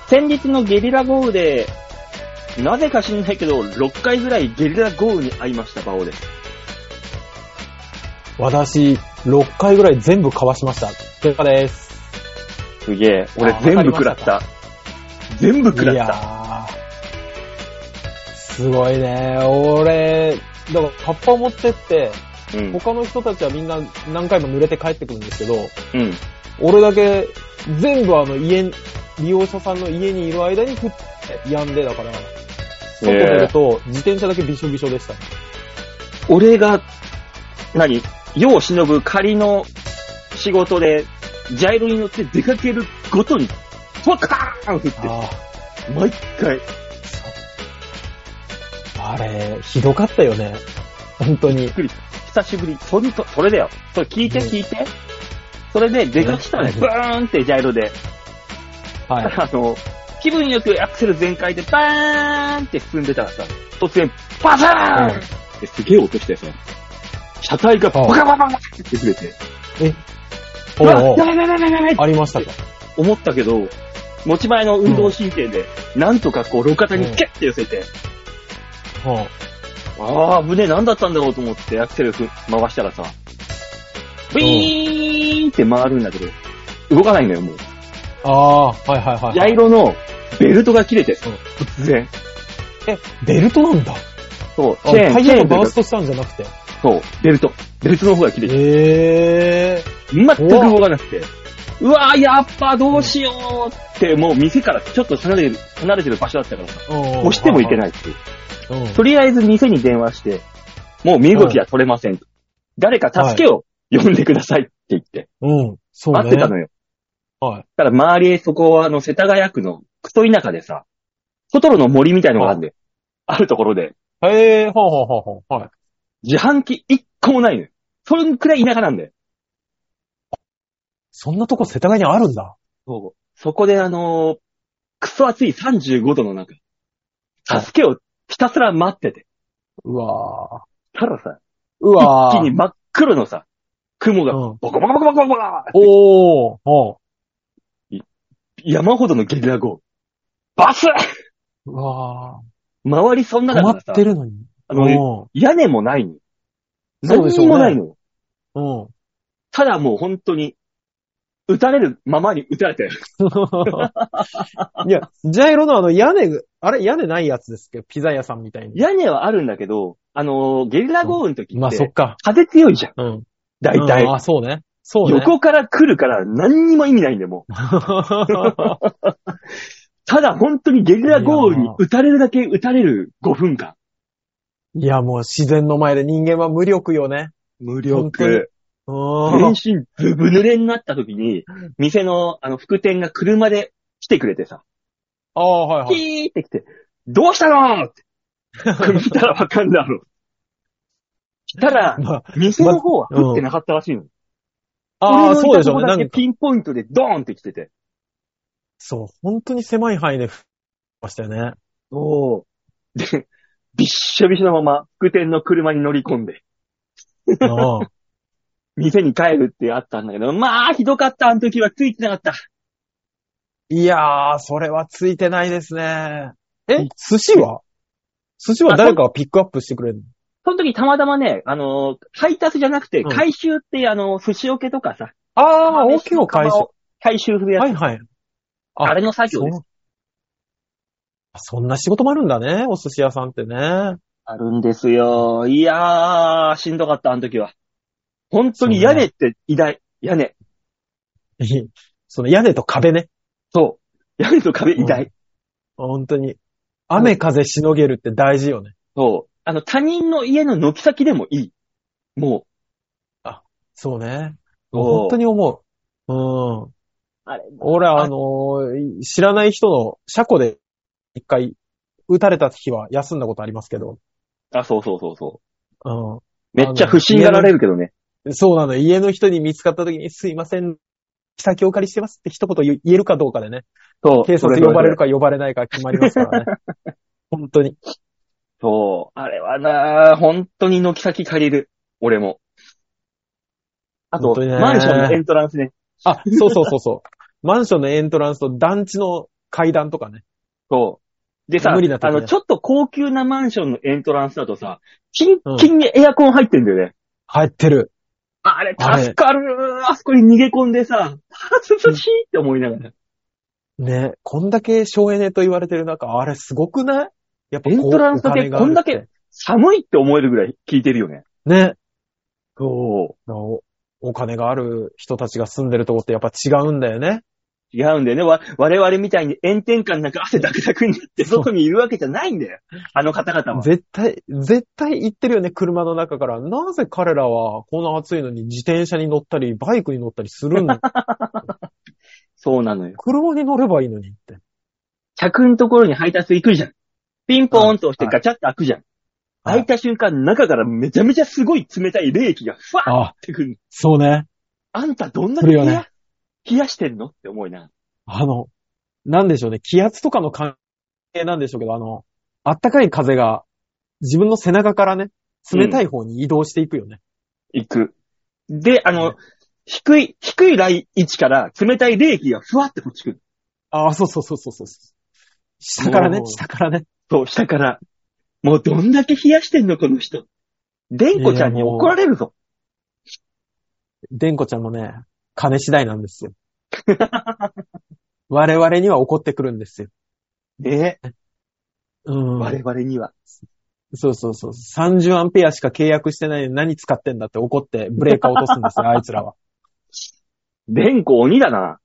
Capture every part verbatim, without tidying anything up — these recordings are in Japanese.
先日のゲリラ豪雨で、なぜか知んないけど、ろっかいぐらいゲリラ豪雨に遭いました、バオです。 私、ろっかいぐらい全部かわしました。結果です。 すげえ。俺全部食らった。全部食らった。いやー、すごいね。俺、だからカッパを持ってって、うん、他の人たちはみんな何回も濡れて帰ってくるんですけど、うん、俺だけ全部あの家、利用者さんの家にいる間に降って止んでだから、外出ると自転車だけびしょびしょでした、ね。 俺が、何世を忍ぶ仮の仕事で、ジャイロに乗って出かけるごとに、トワカーン降って、毎回。 あれ、ひどかったよね。本当に。びっくり。 久しぶり。それと、それだよ。それ聞いて聞いて。それで出かしたね。ブーンってジャイロで。はい。あの、気分よくアクセル全開でバーンって進んでたらさ、突然、バサーンってすげえ音してさ、車体がバカバカバカって触れて。えうわ、やばいやばいやばいやばいありましたか。 思ったけど、持ち前の運動神経で、うん、なんとかこう、路肩にキャッて寄せて、うん、ああ、胸何だったんだろうと思ってアクセル回したらさ、ウィーンって回るんだけど、動かないんだよ、もう。 ああ、はいはいはい。 ジャイロのベルトが切れて、突然。 え、ベルトなんだ。 そう、 チェーン。タイヤがバーストしたんじゃなくて。 そう、ベルト。ベルトの方が切れて。 へー。全く動かなくて。うわー、やっぱどうしようって、もう店からちょっと離れてる、離れてる場所だったからさ、押してもいけないっていう。とりあえず店に電話して、もう身動きは取れませんと。誰か助けを呼んでくださいって言って。 うん、そうね。 待ってたのよ。はい。ただ周り、そこはあの、世田谷区のクソ田舎でさ、トトロの森みたいのがあるんで、あるところで。 へえ、ほうほうほうほう。はい。 自販機一個もないのよ。それくらい田舎なんだよ。 そんなとこ世田谷にあるんだ。 そう。そこであのー、クソ暑いさんじゅうごどの中、助けをひたすら待ってて。 うわぁ。たださ、 うわぁ。一気に真っ黒のさ、雲がボコボコボコボコボコって。 おー、おー。山ほどのゲリラ豪雨。バスうわぁ。周りそんなだからさ。 止まってるのに。 あの、屋根もないの。 そうでしょうね。 何にもないの。 うん。 ただもう本当に、撃たれるままに撃たれてる。 いや、ジャイロのあの屋根、あれ屋根ないやつですけど、ピザ屋さんみたいに。 屋根はあるんだけど、あのー、ゲリラ豪雨の時って、うん、 まあそっか。 風強いじゃん。 うん。 大体。 うん、あ、そうね。そうね。 横から来るから何にも意味ないんだよ、もう。ただ本当にゲリラ豪雨に撃たれるだけ撃たれるごふんかん。いや、もう自然の前で人間は無力よね。 無力。全身ずぶ濡れになった時に、店のあの副店が車で来てくれてさ。 ああ、はいはい。 キーって来て、どうしたのって。見たらわかんだろう。来たら、まあ、店の方は降ってなかったらしいの。 まああ、そうでしょうね。 なんかピンポイントでドーンって来てて。 そう、本当に狭い範囲で降ってましたよね。 おー。で、びっしょびしょのまま、副店の車に乗り込んで。ああ店に帰るってあったんだけど、まあ、ひどかった、あの時はついてなかった。 いやー、それはついてないですね。え、寿司は寿司は誰かがピックアップしてくれるの？ その時たまたまね、あのー、配達じゃなくて、回収って、うん、あの、寿司桶とかさ。 ああ、大きいの回収。 回収するやつ。 はいはい。 あ, あれの作業です。 そ, そんな仕事もあるんだね、お寿司屋さんってね。 あるんですよ。いやー、しんどかった、あの時は。本当に屋根って偉大。屋根。 その屋根と壁ね。 そう。屋根と壁偉大。 うん、本当に。雨風しのげるって大事よね。 そう。あの、他人の家の軒先でもいい。もう。 あ、そうね。本当に思う。うん。あれ俺はあのー、知らない人の車庫で一回撃たれた日は休んだことありますけど。 あ、そうそうそうそう。 うん。 めっちゃ不審がられるけどね。 そうなの。家の人に見つかった時に、すいません、先お借りしてますって一言言えるかどうかでね。そう。警察呼ばれるか呼ばれないか決まりますからね。本当に。 そう。あれはな、本当に軒先借りる。俺も。あと、マンションのエントランスね。 あ、そうそうそうそう。マンションのエントランスと団地の階段とかね。 そう。でさ、 無理な時ねあの、ちょっと高級なマンションのエントランスだとさ、キンキンにエアコン入ってんだよね。 入ってる。 あれ、助かる。あそこに逃げ込んでさ、涼しいって思いながら。 ね、こんだけ省エネと言われてる中、あれすごくない？やっぱエントランスだけこんだけ寒いって思えるぐらい効いてるよね。 ね。 そう。 お、お金がある人たちが住んでるとこってやっぱ違うんだよね。 違うんだよね。わ、我々みたいに炎天下の中汗ダクダクになって外にいるわけじゃないんだよ。あの方々は。 絶対、絶対行ってるよね、車の中から。なぜ彼らはこんな暑いのに自転車に乗ったり、バイクに乗ったりするの？ そうなのよ。 車に乗ればいいのにって。 客のところに配達行くじゃん。ピンポーンと押してガチャッと開くじゃん。はい、開いた瞬間、中からめちゃめちゃすごい冷たい冷気がふわーってくる。 そうね。 あんたどんなに冷や、 ね、 冷やしてんのって思いな。 あの、なんでしょうね。気圧とかの関係なんでしょうけど、あの、あったかい風が自分の背中からね、冷たい方に移動していくよね。 うん、行く。で、あの、ね、低い、低い位置から冷たい冷気がふわってこっち来る。 ああ、そうそうそうそうそう。下からね、下からね。 そう、下から。もうどんだけ冷やしてんの、この人。でんこちゃんに怒られるぞ。 でんこちゃんもね、金次第なんですよ。我々には怒ってくるんですよ。 ねえ。 うん。 我々には。 そうそうそう。さんじゅうアンペアしか契約してないのに何使ってんだって怒ってブレーカー落とすんですよ、あいつらは。 でんこ鬼だな。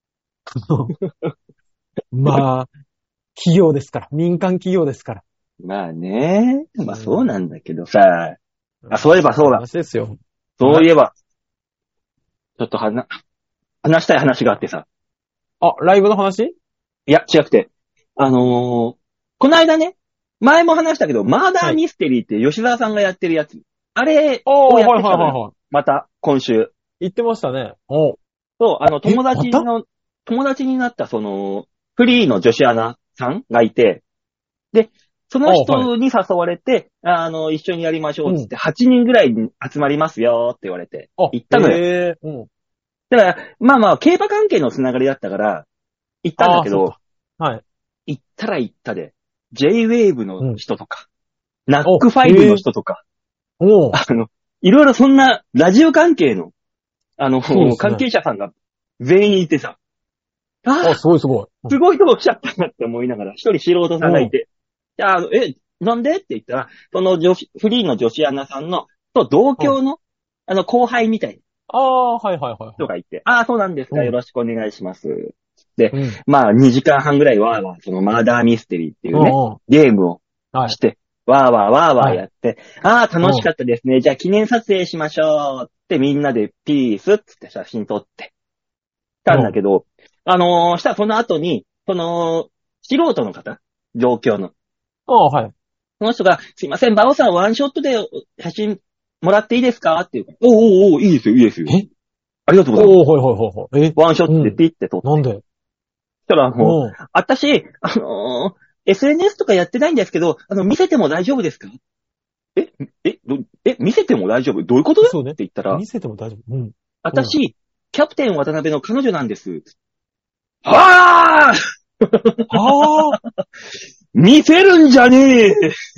まあ、企業ですから。民間企業ですから。 まあね。まあそうなんだけどさ。うん、あ、そういえばそうだ。 話ですよ。 そういえば。ちょっとはな、話したい話があってさ。 あ、ライブの話？ いや、違くて。あのー、この間ね、前も話したけど、マーダーミステリーって吉沢さんがやってるやつ。はい、あれをやってきたのよ、はいはいはいはい、また、今週。 言ってましたね。おそう、あの、友達の、友達になったその、フリーの女子アナさんがいて、で、その人に誘われて、あ、はい、あの、一緒にやりましょうってって、はちにんぐらいに集まりますよって言われて、行ったのよ。 へー、うん。 だから、まあまあ、競馬関係のつながりだったから、行ったんだけど、 はい。 行ったら行ったで、ジェイウェーブ の人とか、うん、ナックファイブの人とか、 おあの、いろいろそんなラジオ関係の、あの、ね、関係者さんが全員いてさ、 ああ、すごいすごい。 すごいとこ来ちゃったなって思いながら、一人素人さんがいて、あの、え、なんでって言ったら、その女子、フリーの女子アナさんの、と同郷の、あの、後輩みたいな。 ああ、はいはいはい。 人がいて、ああ、そうなんですか、よろしくお願いします。で、うん、まあ、にじかんはんぐらいわーわー、そのマーダーミステリーっていうね、うん、ゲームをして、はい、わーわーわーわーやって、はい、ああ、楽しかったですね。じゃあ記念撮影しましょうってみんなでピースって写真撮って、たんだけど、うん、あのー、したらその後に、その、素人の方、状況の。 ああ、はい。 その人が、すいません、バオさんワンショットで写真もらっていいですかっていう。おーおーおーいいですよ、いいですよ。えありがとうございます。 おー、はいはいはいはい。えワンショットでピッて撮って。 うん、なんでそしたらもう、あたし、あのー、エスエヌエス とかやってないんですけど、あの、見せても大丈夫ですかええどえ見せても大丈夫どういうことだ、 そうね、 って言ったら、 見せても大丈夫。うん。 あたし、キャプテン渡辺の彼女なんです。はぁーはぁ見せるんじゃねえ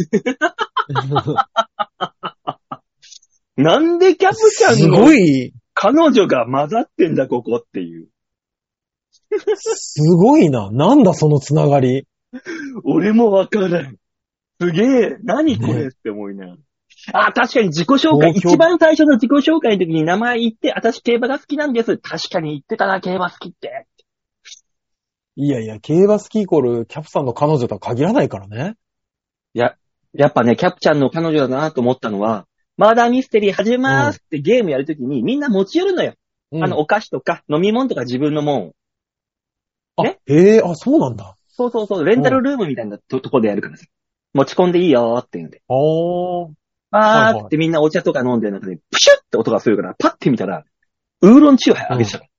なんでキャプちゃんの彼女が混ざってんだここっていう。 すごいな。なんだそのつながり。 俺もわからん。すげえ。何これって思いながら。ね、あ、確かに自己紹介。一番最初の自己紹介の時に名前言って、私競馬が好きなんです。確かに言ってたな、競馬好きって。 いやいや、競馬好きイコールキャプさんの彼女とは限らないからね。 いや、やっぱね、キャプちゃんの彼女だなと思ったのは、マーダーミステリー始めますってゲームやるときに、みんな持ち寄るのよ。うん、あの、お菓子とか飲み物とか自分のもん。 ね。へえ、あ、そうなんだ。 そうそうそう、レンタルルームみたいな と, とこでやるからさ。持ち込んでいいよって言うんで。 おー。 あーってみんなお茶とか飲んでる中で、プシュッって音がするから、パッて見たら、ウーロンチューハイあげてたから。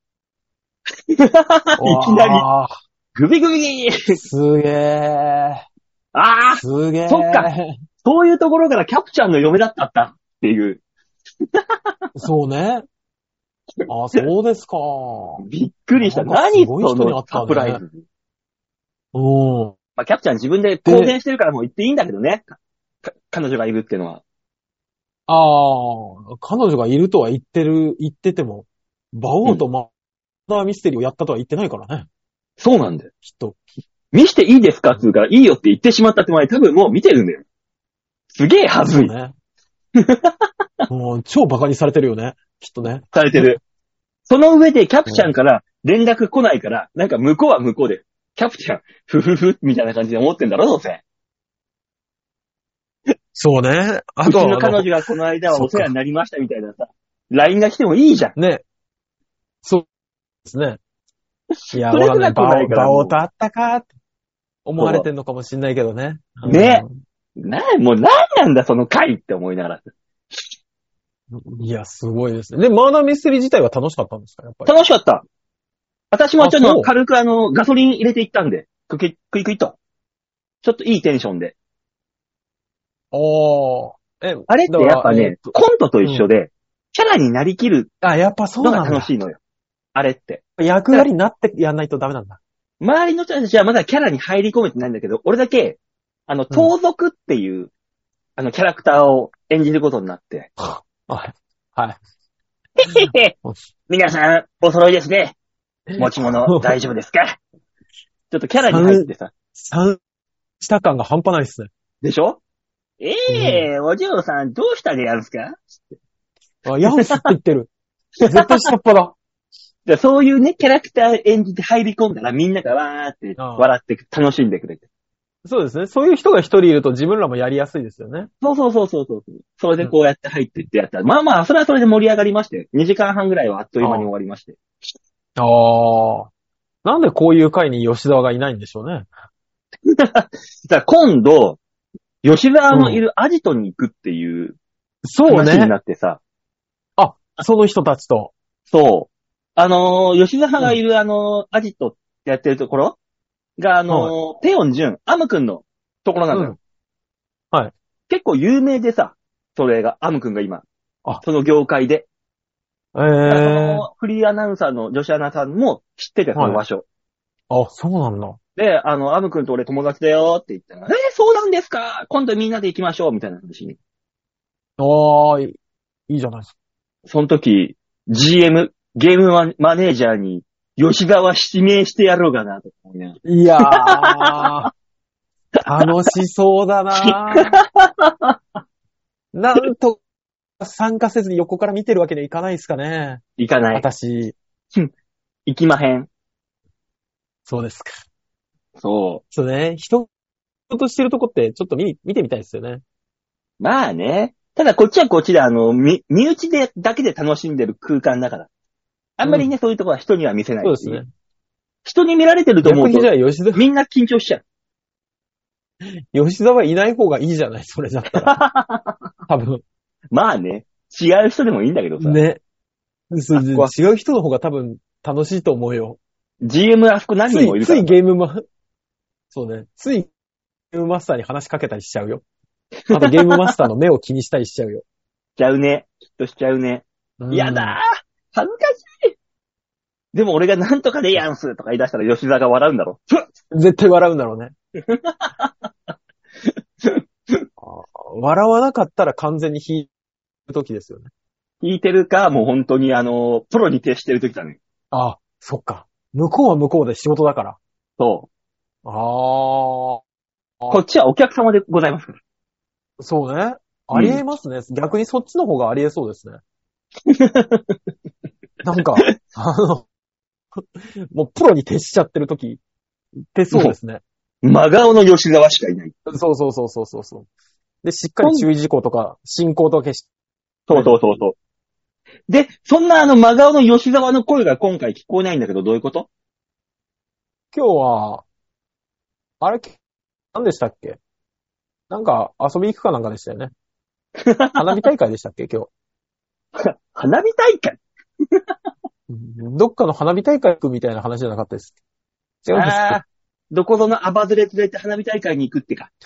うん、いきなり。グビグビすげー。 あーすげー。 そっか。そういうところからキャプちゃんの嫁だったったっていう。 そうね。あ、そうですか。 びっくりした。何そのサプライズ。 おー。 まあ、キャプチャー自分で公言してるからもう言っていいんだけどね。彼女がいるっていうのは。 ああ、彼女がいるとは言ってる、言ってても、馬王とマナーミステリーをやったとは言ってないからね。 そうなんだよ。 きっと。 見していいですかつうか、いいよって言ってしまったって前多分もう見てるんだよ。すげえはずい。そうね。 もう超バカにされてるよね。きっとね。 されてる。その上でキャプチャーから連絡来ないから、なんか向こうは向こうで、キャプチャー、ふふふ、みたいな感じで思ってんだろ、どうせ。 そうね。 あとうちの彼女がこの間はお世話になりましたみたいなさ、ライン が来てもいいじゃん。 ね。そうですね。いや、わかんない。馬王とあったかって思われてんのかもしんないけどね。 ね。な、もう何なんだその回って思いながら。 いや、すごいですね。で、マーナーミステリー自体は楽しかったんですか、やっぱり。 楽しかった。私もちょっと軽くあの、ガソリン入れていったんで、クイクイクイと。ちょっといいテンションで。 おー。え、 あれってやっぱね、コントと一緒で、うん、キャラになりきる。 あ、やっぱそうなんだ。 のが楽しいのよ。あれって。 役割になってやんないとダメなんだ。 周りの人たちはまだキャラに入り込めてないんだけど、俺だけ、あの、盗賊っていう、うん、あの、キャラクターを演じることになって。 はい。はい。 へへへ。皆さん、お揃いですね。持ち物大丈夫ですか？ちょっとキャラに入ってさ。 三、下感が半端ないっすね。 でしょ？ええー、うん、お嬢さんどうしたでやんすか？ あ、やんすって言ってる。絶対下っ端だ。 じゃそういうね、キャラクター演じて入り込んだらみんながわーって笑って楽しんでくれて。 そうですね。そういう人が一人いると自分らもやりやすいですよね。 そうそうそうそうそう。それでこうやって入っていってやったら、うん、まあまあ、それはそれで盛り上がりまして、にじかんはんぐらいはあっという間に終わりまして。 ああ。なんでこういう回に吉沢がいないんでしょうね。 だから今度、吉沢のいるアジトに行くっていう話になってさ。 うん、ね、あ、その人たちと。 そう。あのー、吉沢がいる、うん、あのー、アジトってやってるところが、あのーはい、ペヨンジュン、アム君のところなんだよ、 うん。はい。 結構有名でさ、それが、アム君が今。 あ、 その業界で。 ええー。 そのフリーアナウンサーの女子アナさんも知ってて、その場所。 はい、あ、そうなんだ。 で、あの、アム君と俺友達だよって言ったら、えー、そうなんですか今度みんなで行きましょうみたいな話に。 ああ、いいじゃないですか。 その時、ジーエム、ゲームマ、マネージャーに、吉沢指名してやろうかなと思いな。 いやー、楽しそうだなー。なんと、参加せずに横から見てるわけにはいかないですかね。 いかない。 私。 行きまへん。 そうですか。 そう。 そうね。人としてるとこってちょっと見、見てみたいですよね。 まあね。ただこっちはこっちであの、身内で、だけで楽しんでる空間だから。あんまりね、うん、そういうところは人には見せない。 そうですね。 人に見られてると思うと、 逆にじゃあ吉沢みんな緊張しちゃう。 吉沢いない方がいいじゃない、それだったら。多分。 まあね。違う人でもいいんだけどさ。 ね。違う人の方が多分楽しいと思うよ。 ジーエム あそこ何人もいるから。 つい、ついゲームマ、そうね。ついゲームマスターに話しかけたりしちゃうよ。あとゲームマスターの目を気にしたりしちゃうよ。 しちゃうね。きっとしちゃうね。やだー恥ずかしいでも俺がなんとかでやんすとか言い出したら吉沢が笑うんだろ。 絶対笑うんだろうね。笑わなかったら完全に引いてる時ですよね。 引いてるか、もう本当にあの、プロに徹してる時だね。 ああ、そっか。向こうは向こうで仕事だから。 そう。 ああ。 こっちはお客様でございますから。 そうね。ありえますね、うん。逆にそっちの方がありえそうですね。なんか、あの、もうプロに徹しちゃってる時ってそうですね。 真顔の吉沢しかいない。 そうそうそうそうそう。で、しっかり注意事項とか、進行とか消し。 そうそうそうそう。で、そんなあの真顔の吉沢の声が今回聞こえないんだけど、どういうこと？ 今日は、あれ、何でしたっけ？なんか遊び行くかなんかでしたよね。花火大会でしたっけ今日。花火大会どっかの花火大会行くみたいな話じゃなかったです。違うんですか？ どこぞのアバズレ連れて花火大会に行くってか。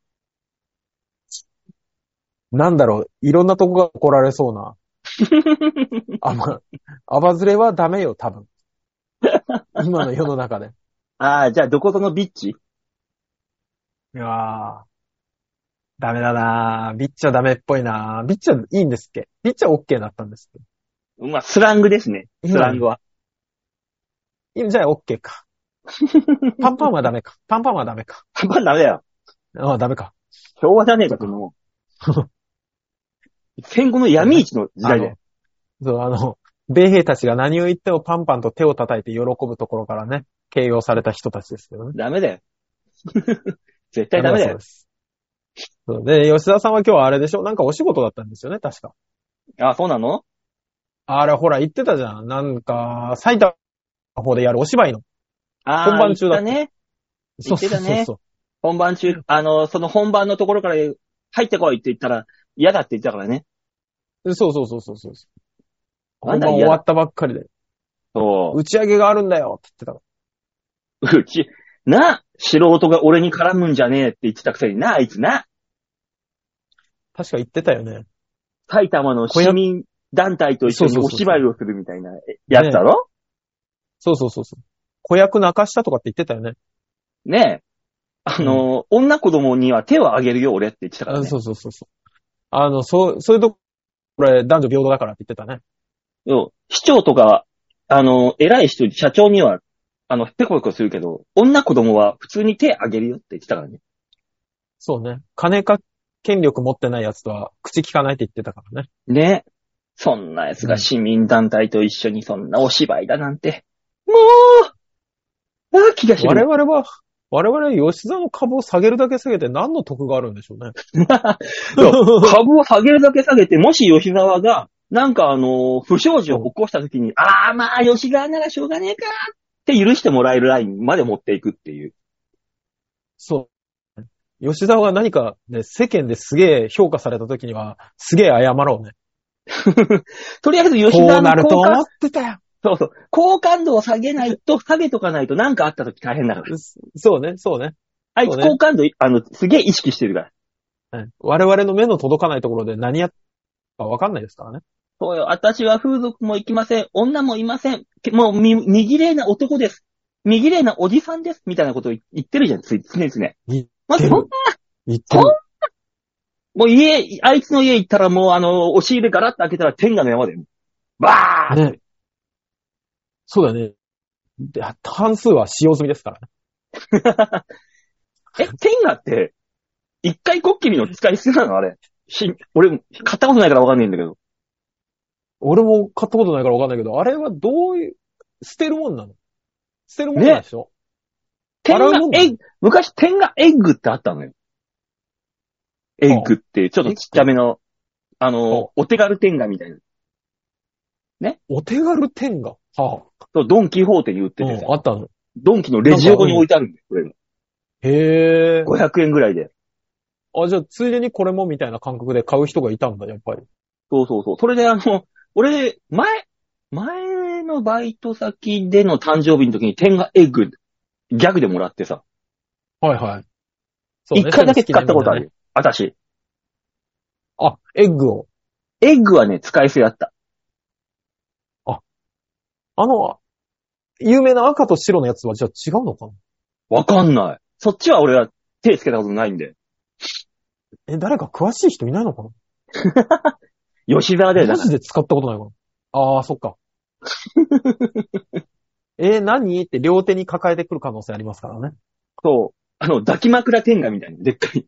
なんだろう、いろんなとこが怒られそうな。あま、アバズレはダメよ、多分。今の世の中で。 ああ、じゃあどこぞのビッチ？ いやー、ダメだなー。ビッチはダメっぽいなー。ビッチはいいんですっけ？ビッチは OK だったんですっけ？ まあ、スラングですね。スラングは。 じゃあ OK か。パンパンはダメか。パンパンはダメか。 パンパンダメだよ。 ああ、ダメか。 昭和じゃねえか、そのもう。戦後の闇市の時代で。 そう、あの、米兵たちが何を言ってもパンパンと手を叩いて喜ぶところからね、形容された人たちですけどね。 ダメだよ。絶対ダメだよ。そうです。 そうで、吉田さんは今日はあれでしょ？なんかお仕事だったんですよね、確か。 あ、そうなの？ あれ、ほら、言ってたじゃん。なんか、埼玉の方でやるお芝居の。 あ本番中だった。 ね。 言ってたね。そうそうそう。 本番中、あの、その本番のところから入ってこいって言ったら嫌だって言ってたからね。 そうそうそうそうそう。本番終わったばっかりで。 そう。 打ち上げがあるんだよって言ってた。うち、な、素人が俺に絡むんじゃねえって言ってたくせにな、あいつな。 確か言ってたよね。 埼玉の市民団体と一緒にお芝居をするみたいなやつだろ？ね、 そうそうそうそう。子役泣かしたとかって言ってたよね。 ねえ。あの、うん、女子供には手をあげるよ、俺って言ってたからね。 そうそうそうそう。あの、そう、そういうとこ、これ男女平等だからって言ってたね。 市長とか、あの、偉い人、社長には、あの、ペコペコするけど、女子供は普通に手あげるよって言ってたからね。 そうね。金か権力持ってない奴とは口聞かないって言ってたからね。 ね。そんな奴が市民団体と一緒にそんなお芝居だなんて。もう、ああ、気がし我々は、我々は吉田の株を下げるだけ下げて何の得があるんでしょうね。 株を下げるだけ下げて、もし吉沢が、なんかあの、不祥事を起こしたときに、ああ、まあ、吉沢ならしょうがねえかって許してもらえるラインまで持っていくっていう。 そう。吉沢が何かね、世間ですげえ評価されたときには、すげえ謝ろうね。 とりあえず吉沢の好感、 こうなると思ってたよ。 そうそう。好感度を下げないと、下げとかないと何かあったとき大変だから。 そうね、そうね。 あいつ好感度、ね、あの、すげえ意識してるから。 はい。我々の目の届かないところで何やったかわかんないですからね。 そうよ。私は風俗も行きません。女もいません。もう、み、右霊な男です。右霊なおじさんです。みたいなことを言ってるじゃん。つい、常々。 言ってる。 まず、そんな、 言ってる。 もう家、あいつの家行ったらもうあの、押し入れガラッと開けたら天下の山だよ。バーッ、 ね。そうだね。で、半数は使用済みですからね。え、天下って、一回こっきりの使い捨てなのあれ。し、俺、買ったことないからわかんないんだけど。 俺も買ったことないからわかんないけど、あれはどういう、捨てるもんなの？捨てるもんなんでしょ？ ね、天下エッグ、昔天下エッグってあったのよ。エッグって、ちょっとちっちゃめの、あの、お手軽天下みたいな。ね？ お手軽天下？はあ。 そう、ドンキホーテに売っててさ。 あったの？ ドンキのレジ横に置いてあるんだよ、これが。 へー。 ごひゃくえんぐらいで。 あ、じゃあ、ついでにこれもみたいな感覚で買う人がいたんだ、やっぱり。 そうそうそう。それであの、俺、前、前のバイト先での誕生日の時に天下エッグ、ギャグでもらってさ。 はいはい。 一、ね、回だけ使ったことあるよ。私。 あ、エッグを。 エッグはね、使い捨てだった。 あ、あの、有名な赤と白のやつはじゃあ違うのかな？ わかんない。そっちは俺は手つけたことないんで。 え、誰か詳しい人いないのかな？ 吉沢でマジで使ったことないかな？ああ、そっか。えー、何って両手に抱えてくる可能性ありますからね。 そう。あの、抱き枕天下みたいな、でっかい。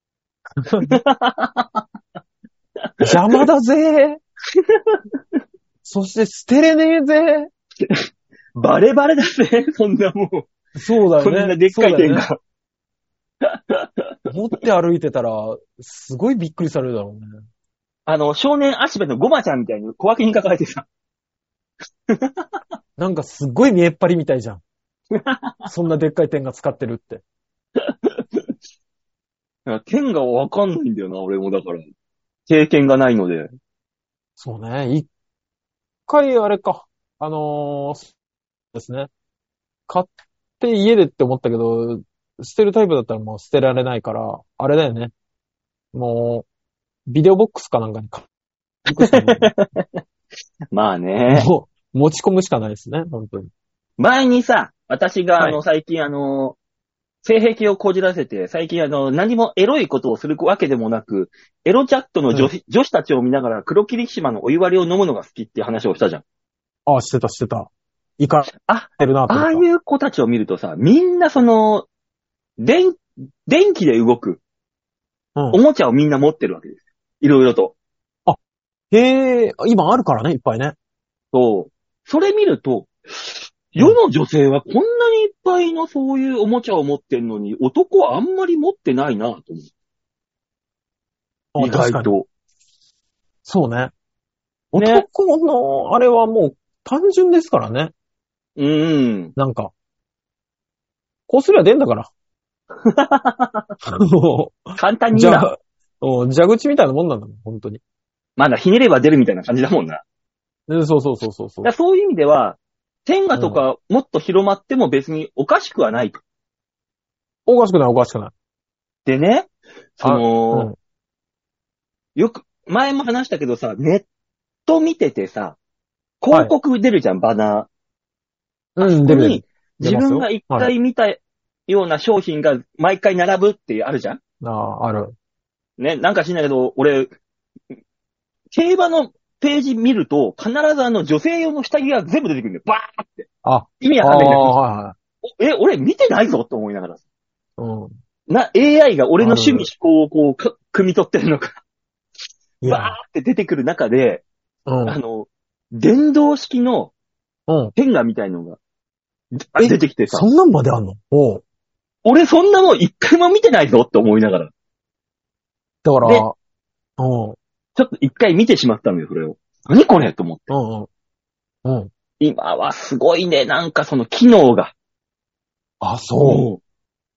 邪魔だぜー。そして捨てれねえぜー。バレバレだぜ、そんなもん。 そうだよね。 こんなでっかい天下。 持って歩いてたら、すごいびっくりされるだろうね。 あの、少年足部のゴマちゃんみたいに小分けに抱えてさ。 なんかすっごい見えっ張りみたいじゃん。そんなでっかい天下使ってるって。 天下はわかんないんだよな、俺もだから。経験がないので。 そうね。一回あれか。あのー、ですね。買って家でって思ったけど、捨てるタイプだったらもう捨てられないから、あれだよね。もう、ビデオボックスかなんかに買うしかない、ね。 まあね。 もう、持ち込むしかないですね、本当に。 前にさ、私があの、最近あの、性癖をこじらせて、最近あの、何もエロいことをするわけでもなく、エロチャットの女子、うん、女子たちを見ながら黒霧島のお湯割りを飲むのが好きっていう話をしたじゃん。 ああ、してたしてた。いかれるなと思った。 ああいう子たちを見るとさ、みんなその、電、電気で動く、うん、おもちゃをみんな持ってるわけです。いろいろと。 あ、へえ、今あるからね、いっぱいね。 そう。それ見ると、世の女性はこんなにいっぱいのそういうおもちゃを持ってんのに、男はあんまり持ってないなと思う。意外と。 そうね。男の、あれはもう単純ですからね。 うーん。 なんか、こうすりゃ出んだから。 簡単に言うな。 蛇口みたいなもんなんだもん、本当に。 まだひねれば出るみたいな感じだもんな。 そうそうそうそうそう。 そういう意味では、天下とかもっと広まっても別におかしくはないと。 おかしくないおかしくない。 でね、その、うん、よく、前も話したけどさ、ネット見ててさ、広告出るじゃん、はい、バナー。うん、出る。自分が一回見たような商品が毎回並ぶっていうあるじゃん。 ああ、ある。 ね、なんか知んないけど、俺、競馬のページ見ると、必ずあの女性用の下着が全部出てくるんだよ。バーって。 あ、 意味わかんないんだけど。はいはい、え、俺見てないぞって思いながら。うん。な、エーアイ が俺の趣味思考をこう、か、汲み取ってるのか。バーって出てくる中で、うん、あの、電動式の、ペンガみたいのが、うん、出てきてさ。 そんなんまであんの？おう。 俺そんなもん一回も見てないぞって思いながら。 だから、 うん。ちょっと一回見てしまったのよ、それを。何これと思って。うんうん。うん。今はすごいね、なんかその機能が。 あ、そう。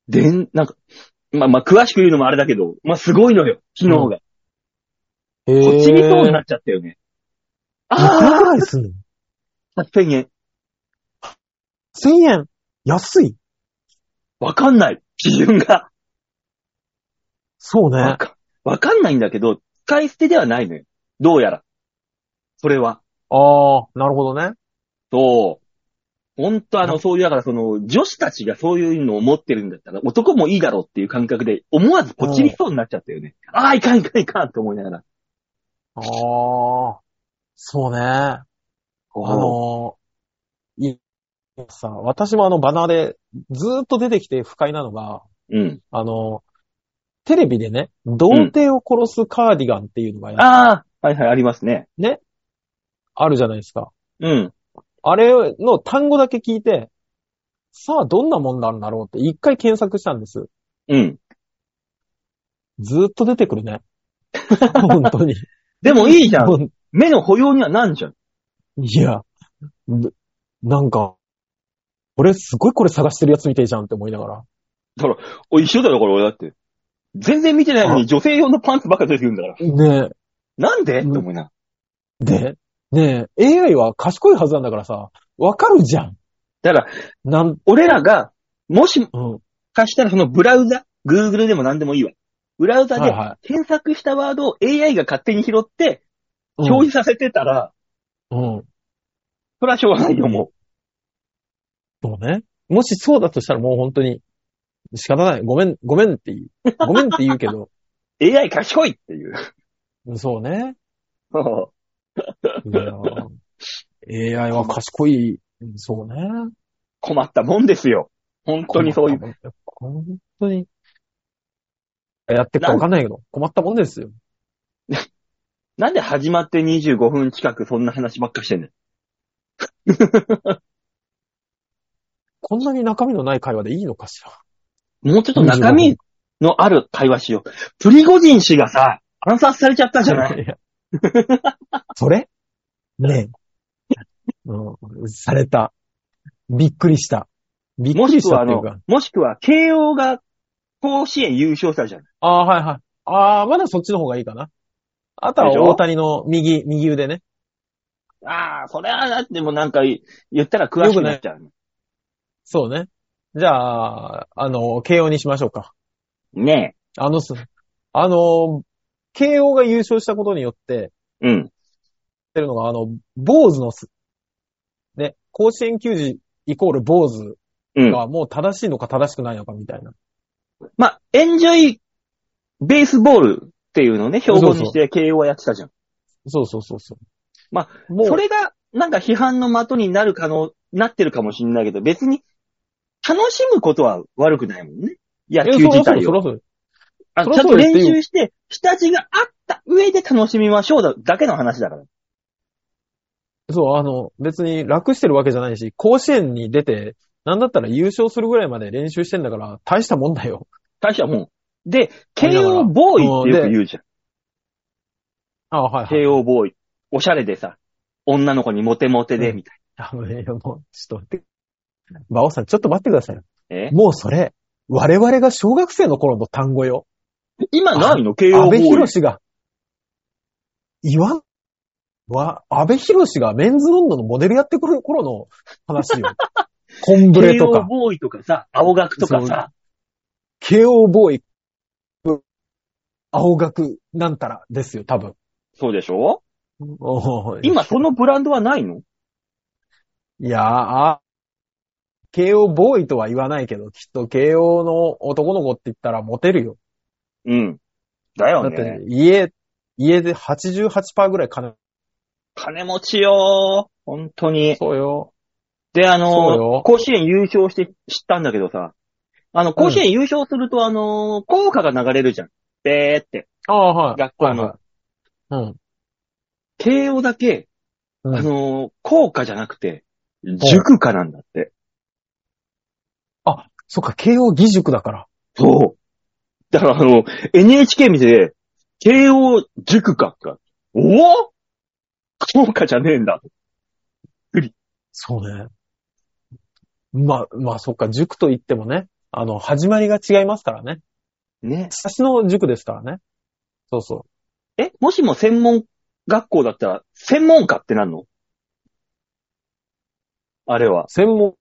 でん、なんか、まあまあ詳しく言うのもあれだけど、まあすごいのよ、機能が。うん、こっちにそうになっちゃったよね。 ああ。いくらぐらいすんの？ せんえん。 せんえん？安い？ わかんない。基準が。 そうね。 わか、わかんないんだけど、使い捨てではないのよ。どうやら。それは。 ああ、なるほどね。 そう。ほんとあの、そういう、だからその、女子たちがそういうのを持ってるんだったら、男もいいだろうっていう感覚で、思わずポチりそうになっちゃったよね。ああ、いかんいかんいかんって思いながら。 ああ、そうね。あの、いさ、私もあのバナーでずーっと出てきて不快なのが、 うん。 あの、テレビでね、童貞を殺すカーディガンっていうのがや、 うん、ああ、はいはい、ありますね。 ね。あるじゃないですか。 うん。 あれの単語だけ聞いて、さあどんなもんなんだろうって一回検索したんです。 うん。 ずーっと出てくるね。本当に。 でもいいじゃん。目の保養にはなんじゃん。 いや、なんか、俺すごいこれ探してるやつみてえじゃんって思いながら。 だから、お一緒だよ、これ俺だって。全然見てないのに女性用のパンツばっか出てくるんだから。 ねえ。 なんでって思いな。 で、ねえ、エーアイ は賢いはずなんだからさ、わかるじゃん。 だから、なん、俺らが、もし、うん、かしたらそのブラウザ、Google でも何でもいいわ。ブラウザで検索したワードを エーアイ が勝手に拾って、表示させてたら、うん。うん、それはしょうがないよ、もう。 そうね。もしそうだとしたらもう本当に、仕方ない。ごめん、ごめんって言う。ごめんって言うけど。 エーアイ 賢いっていう。 そうね。いやエーアイ は賢い。そうね。 困ったもんですよ。本当にそういう。 本当に。やってるかわかんないけど、困ったもんですよ。 なんで始まってにじゅうごふん近くそんな話ばっかしてんねん。 こんなに中身のない会話でいいのかしら。 もうちょっと中身のある会話しよう。プリゴジン氏がさ、暗殺されちゃったじゃない。 それねえ、うん。された。びっくりした。びっくりしたっていうか。 もしくは、慶応が甲子園優勝したじゃない。 ああ、はいはい。ああ、まだそっちの方がいいかな。あとは大谷の右、右腕ね。 ああ、それはだってもなんか言ったら詳しくなっちゃう、ね。 そうね。じゃあ、あの、慶応にしましょうか。 ねえ。 あの、あの、慶応が優勝したことによって、 うん。 ってるのが、あの、坊主のす、ね、甲子園球児イコール坊主がもう正しいのか正しくないのかみたいな。 うん、まあ、エンジョイベースボールっていうのをね、標語にして慶応はやってたじゃん。 そうそうそうそう。 まあ、それがなんか批判の的になる可能、なってるかもしれないけど、別に楽しむことは悪くないもんね。野球自体を。そらそらあちゃんと練習して、下地があった上で楽しみましょうだ、だけの話だから。 そう、あの、別に楽してるわけじゃないし、甲子園に出て、なんだったら優勝するぐらいまで練習してんだから、大したもんだよ。 大したもん。で、慶応ボーイってよく言うじゃん。 ああ、はい、はい。 慶応ボーイ。おしゃれでさ、女の子にモテモテで、みたいな。うん、いや、もう、ちょっと待って。馬王さん、ちょっと待ってくださいよ。 えもうそれ、我々が小学生の頃の単語よ。 今ないの慶応ボーイ。 安倍博士が、言わんわ、安倍博士がメンズ運動のモデルやってくる頃の話よ。コンブレとか。 慶応ボーイとかさ、青学とかさ。 慶応ボーイ、青学なんたらですよ、多分。 そうでしょ？今そのブランドはないの？ いやー、あ、慶応ボーイとは言わないけど、きっと慶応の男の子って言ったらモテるよ。 うん。だよね。 だって家、家で はちじゅうはちパーセント ぐらい金。 金持ちよー。本当に。 そうよ。 で、あの、甲子園優勝して知ったんだけどさ、あの、甲子園優勝すると、うん、あの、校歌が流れるじゃん。べーって。 ああ、はい。 学校の。はいはい、うん。 慶応だけ、うん、あの、校歌じゃなくて、塾歌なんだって。 あ、そっか、慶応義塾だから。 そう。だからあの、エヌエイチケー 見て、慶応塾歌って、おぉ校歌じゃねえんだ。 そうね。まあ、まあ、そっか、塾と言ってもね、あの、始まりが違いますからね。 ね。 私の塾ですからね。そうそう。 え、もしも専門学校だったら、専門科ってなんの？あれは。 専門。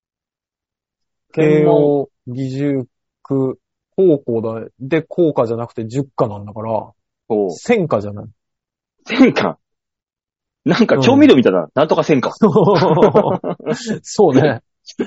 慶応義塾高校だ。で、高科じゃなくて塾科なんだから、専科じゃない。 専科なんか調味料みたいな、うん、なんとか専科。 そうね。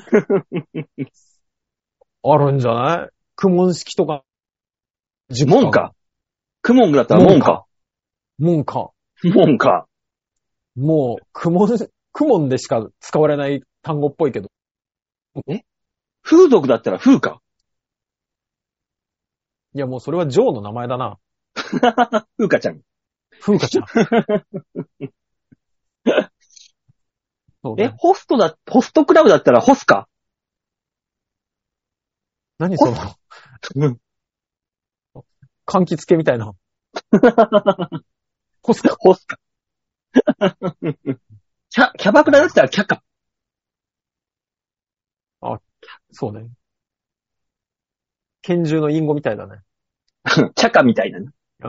あるんじゃない？公文式とか。 門か。公文だったら門か。 門か。 門か。 もう、公文、公文でしか使われない単語っぽいけど。 え？風俗だったら風か。 いや、もうそれはジョーの名前だな。 風花ちゃん。 風花ちゃん。 え、ホストだ、ホストクラブだったらホスか？ 何その、柑橘系みたいな。ホスか。 ホスか。キャ、キャバクラだったらキャか。 あ、そうね。拳銃の隠語みたいだね。 チャカみたいなね。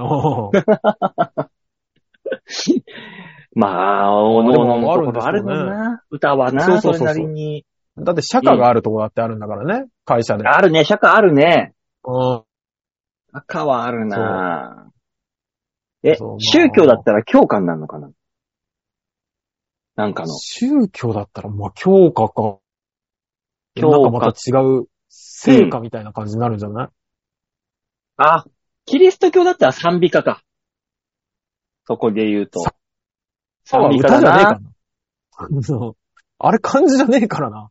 まあ、おのおののところあるもんな。歌はな、そうそうそうそう、それなりに。 だって社歌があるところだってあるんだからね、会社で。 あるね、社歌あるね。 うん。 赤はあるな。え、宗教だったら教科になるのかな？なんかの。 宗教だったら、まあ、教科か。教科。なんかまた違う、聖歌みたいな感じになるんじゃない？うん、 あ、キリスト教だったら賛美歌か。そこで言うと。 賛美歌だな。歌じゃねえかな。あれ漢字じゃねえからな。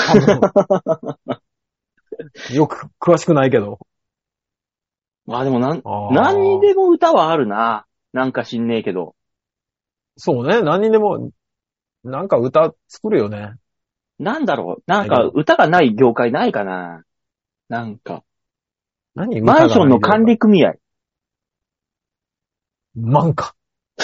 よく詳しくないけど。 まあでもなん、何にでも歌はあるな。なんか知んねえけど。 そうね。何にでも、なんか歌作るよね。 なんだろう。なんか歌がない業界ないかな。なんか。 何？ マンションの管理組合。 マンか。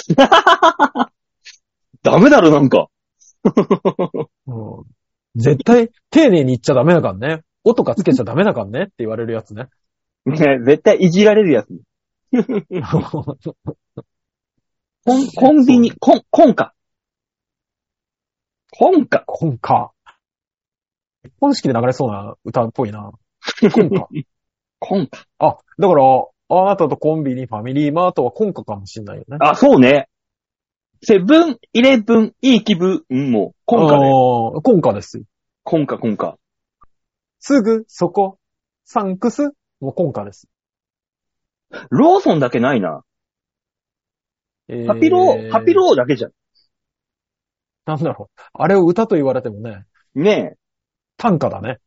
ダメだろ、なんか。 うん、絶対、丁寧に言っちゃダメだからね。おとかつけちゃダメだからねって言われるやつね。 ね、絶対いじられるやつ。コン、コンビニ、コン、コンカ。コンカ。 コンカ。結婚式で流れそうな歌っぽいな。コンカ。 コンカ。 あ、だから、あなたとコンビニ、ファミリーマートはコンカかもしんないよね。 あ、そうね。セブン、イレブン、いい気分、もう、コンカで。 コンカですよ。 コンカコンカ。 すぐそこ、サンクスもコンカです。 ローソンだけないな。えー、ハピロー、ハピローだけじゃん。 なんだろう。あれを歌と言われてもね。 ねえ。 短歌だね。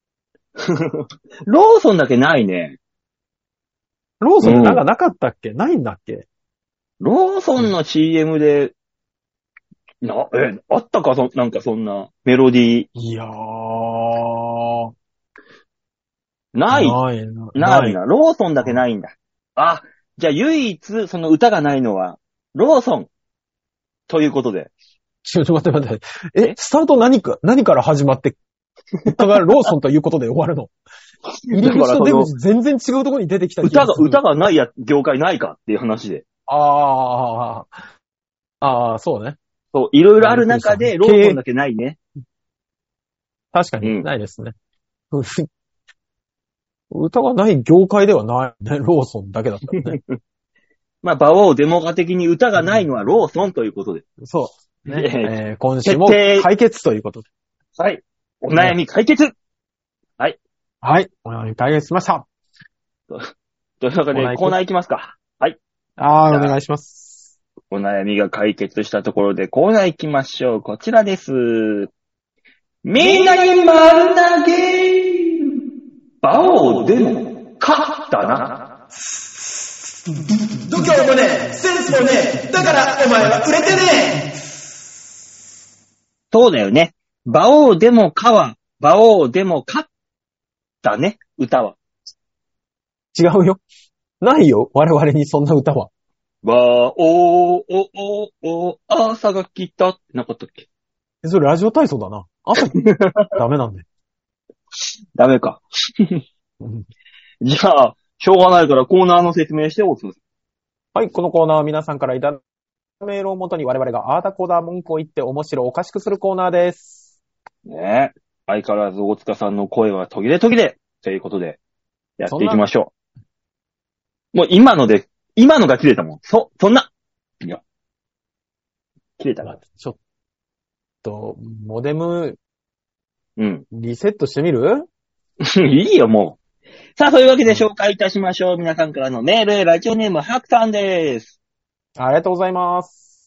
ローソンだけないね。 ローソンなんかなかったっけ、うん、ないんだっけローソンの シーエム で、うん、な、え、あったかそ、なんかそんなメロディー。 いやー。 ない。ないな。ないな。ローソンだけないんだ。あ、じゃあ唯一その歌がないのは、ローソン。ということで。 ちょっと待って待って。え、スタート何か、何から始まって、歌がローソンということで終わるの？入り口と出口全然違うところに出てきた気がする。 歌が、歌がないや、業界ないかっていう話で。 ああ、ああ、そうね。 そう、いろいろある中で、ローソンだけないね。 確かに、ないですね。うん、歌がない業界ではないね。ローソンだけだったね。 まあ、馬王デモカ的に歌がないのはローソンということで。 そう。ねえー、今週も解決ということで。 はい。お悩み解決、ね、はい。 はい。お悩み解決しました。 と, というわけで、コーナー行きますか。はい。 あー、お願いします。 お悩みが解決したところでコーナー行きましょう。こちらです。みんなに丸投げ馬王でも勝ったな。 度胸もねえ、センスもねえ、だからお前は売れてねえ。 そうだよね。馬王でもかは、馬王でも勝ったね、歌は。 違うよ。ないよ、我々にそんな歌は。 馬王、お、お、お、朝が来たってなかったっけ？ それラジオ体操だな。朝、ダメなんで。 ダメか。じゃあ、しょうがないからコーナーの説明しておく。 はい、このコーナーは皆さんからいただいたメールをもとに我々がアーダコーダー文句を言って面白おかしくするコーナーです。 ねえ。相変わらず大塚さんの声は途切れ途切れということで、やっていきましょう。もう今ので、今のが切れたもん。そ、そんな。いや。切れたな。 ちょっと、モデム、 うん。 リセットしてみる？ いいよ、もう。さあ、そういうわけで紹介いたしましょう。皆さんからのメール、ラジオネーム、ハクさんです。 ありがとうございます。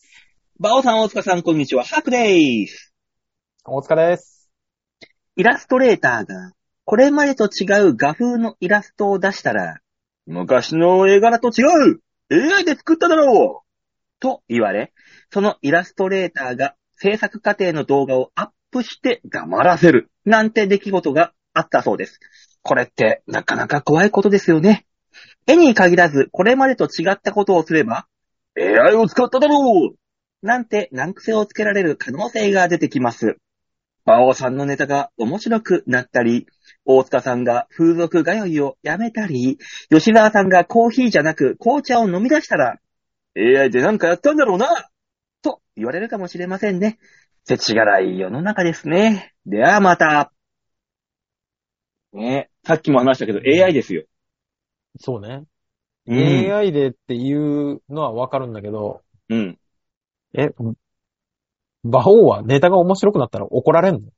バオさん、大塚さん、こんにちは。ハクでーす。 大塚です。 イラストレーターが、これまでと違う画風のイラストを出したら、昔の絵柄と違う エーアイ で作っただろうと言われ、そのイラストレーターが制作過程の動画をアップして黙らせるなんて出来事があったそうです。これってなかなか怖いことですよね。絵に限らずこれまでと違ったことをすれば エーアイ を使っただろうなんて難癖をつけられる可能性が出てきます。馬王さんのネタが面白くなったり、大塚さんが風俗通いをやめたり、吉沢さんがコーヒーじゃなく紅茶を飲み出したら エーアイ でなんかやったんだろうなと言われるかもしれませんね。世知辛い世の中ですね。ではまた。ね、さっきも話したけど エーアイ ですよ。 そうね。 うん、 エーアイ でっていうのはわかるんだけど。 うん。 え、馬王はネタが面白くなったら怒られんの？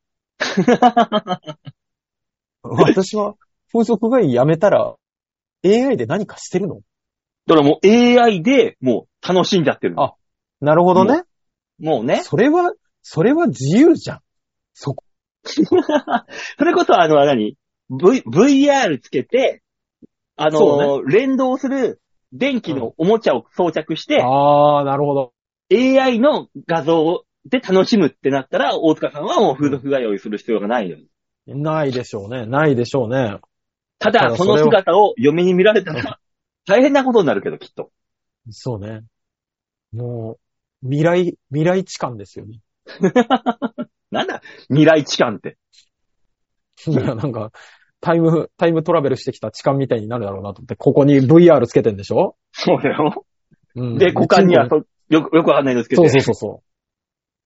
私は風俗街やめたら エーアイ で何かしてるの？ だからもう エーアイ でもう楽しんじゃってる。 あ、なるほどね。 もう、もうね。 それは、それは自由じゃん。そこ。 それこそあの、何 v、ブイアール つけて、あの、ね、連動する電気のおもちゃを装着して、うん、 あー、なるほど。 エーアイ の画像で楽しむってなったら、大塚さんはもう風俗通いする必要がないよ。 ないでしょうね。ないでしょうね。 ただ、その姿を嫁に見られたら、大変なことになるけど、きっと。 そうね。もう、未来、未来痴漢ですよね。 なんだ未来痴漢って。 いや、なんか、タイム、タイムトラベルしてきた痴漢みたいになるだろうなと思って、ここに ブイアール つけてんでしょ？ そうだよ。うん、で、股間にはそよく、よくわかんないのつけて。 そうそうそうそう。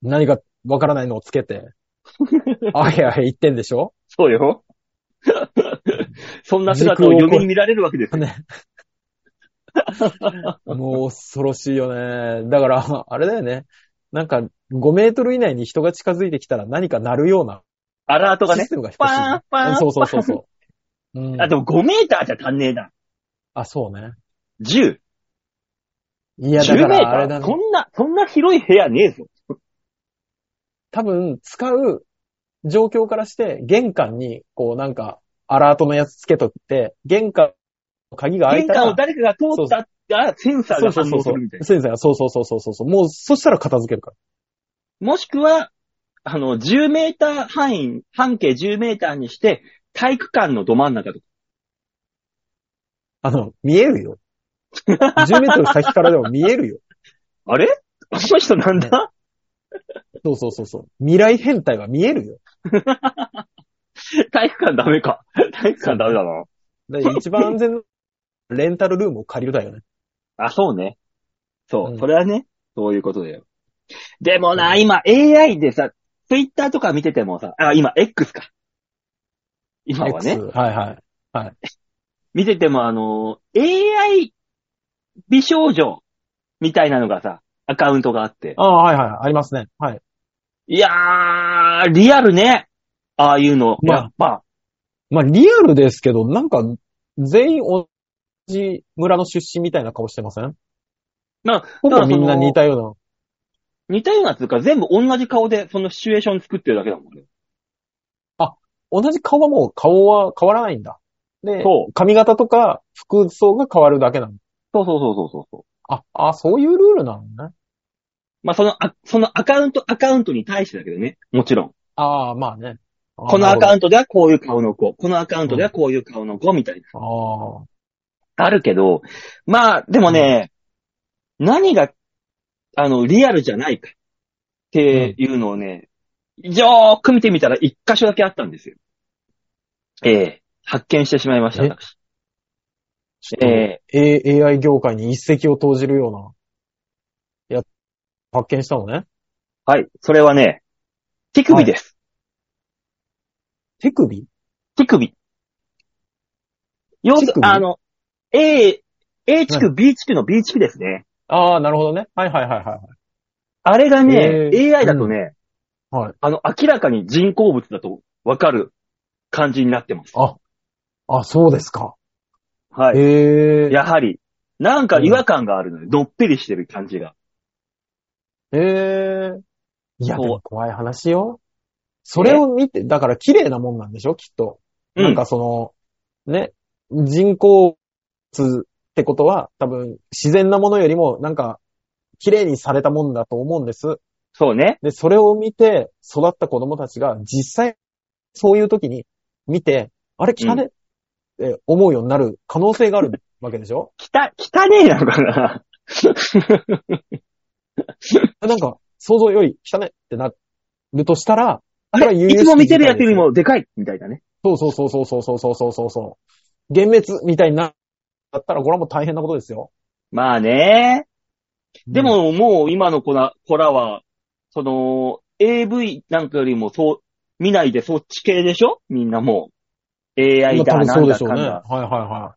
何かわからないのをつけて、あへあへ言ってんでしょ？ そうよ。そんな姿を嫁に見られるわけですよ。ね。 もう恐ろしいよね。だから、あれだよね。なんか、ごメートル以内に人が近づいてきたら何か鳴るようなアラートがね。 システムが低い。 パーン、パーン。 そうそうそうそう。 うん、あ、でもごメーターじゃ足んねえな。 あ、そうね。 じゅう。 いや、だからあれだね。 そんな、そんな広い部屋ねえぞ。 多分、使う状況からして、玄関に、こうなんか、アラートのやつつけとって、玄関の鍵が開いたら。 玄関を誰かが通ったって、あ、センサーが反応するみたいな。 センサーが、そうそうそうそうそう。もう、そしたら片付けるから。 もしくは、あの、じゅうメーター範囲、半径じゅうメーターにして、体育館のど真ん中とか。 あの、見えるよ。じゅうメートル先からでも見えるよ。 あれこの人なんだ、 ね、そうそうそうそう。未来変態は見えるよ。 体育館ダメか。体育館ダメだな。 だから一番安全なレンタルルームを借りるだよね。 あ、そうね。そう、うん。それはね、そういうことだよ。でもな、今 エーアイ でさ、ツイッターとか見ててもさ、あ、今 X か。今はね。 X、はいはい。はい。 見ててもあの、エーアイ 美少女みたいなのがさ、アカウントがあって。 ああ、はいはい。ありますね。はい。 いやー、リアルね。ああいうの。 まあ、 やっぱ。 まあ、リアルですけど、なんか、全員同じ村の出身みたいな顔してません？ まあ、 ほぼみんな似たような。 似たようなっていうか、全部同じ顔でそのシチュエーション作ってるだけだもんね。 あ、同じ顔はもう顔は変わらないんだ。で、 そう。 髪型とか服装が変わるだけなの。 そうそうそうそうそう。 あ、あ、そういうルールなのね。 まあ、その、あ、そのアカウント、アカウントに対してだけどね。もちろん。 ああ、まあね。 このアカウントではこういう顔の子。このアカウントではこういう顔の子みたいな。 ああ。 あるけど、まあ、でもね、うん、何が、あの、リアルじゃないかっていうのをね、うん、よーく見てみたら一箇所だけあったんですよ。ええー、発見してしまいました、私。 ええー、エーアイ 業界に一石を投じるような、や、発見したのね。 はい、それはね、手首です。はい手首手首。要するに、あの、A、A 地区、B 地区の B 地区ですね。 ああ、なるほどね。はいはいはいはい。 あれがね、えー、エーアイ だとね、 うん、はい。 あの、明らかに人工物だとわかる感じになってます。 あ、あ、そうですか。 はい。 へえ。 やはり、なんか違和感があるのよ。どっぺりしてる感じが。 へえ。いや、でも怖い話よ。それを見て、だから綺麗なもんなんでしょきっと。うん、なんかその、ね、人工物ってことは多分自然なものよりもなんか綺麗にされたもんだと思うんです。 そうね。 で、それを見て育った子供たちが実際そういう時に見て、あれ汚ね、うん、って思うようになる可能性があるわけでしょきた、汚ねえなのかななんか想像より汚ねってなるとしたら、 あれいつも見てるやつよりもでかいみたいだね。 そうそうそうそうそうそうそうそうそう。幻滅みたいになったら、これはもう大変なことですよ。 まあね。でも、うん、もう今の子ら、子らは、その、エーブイ なんかよりもそう、見ないでそっち系でしょみんなもう。エーアイ だ、なんだかんだ。そうでしょうね。 はいはいはい。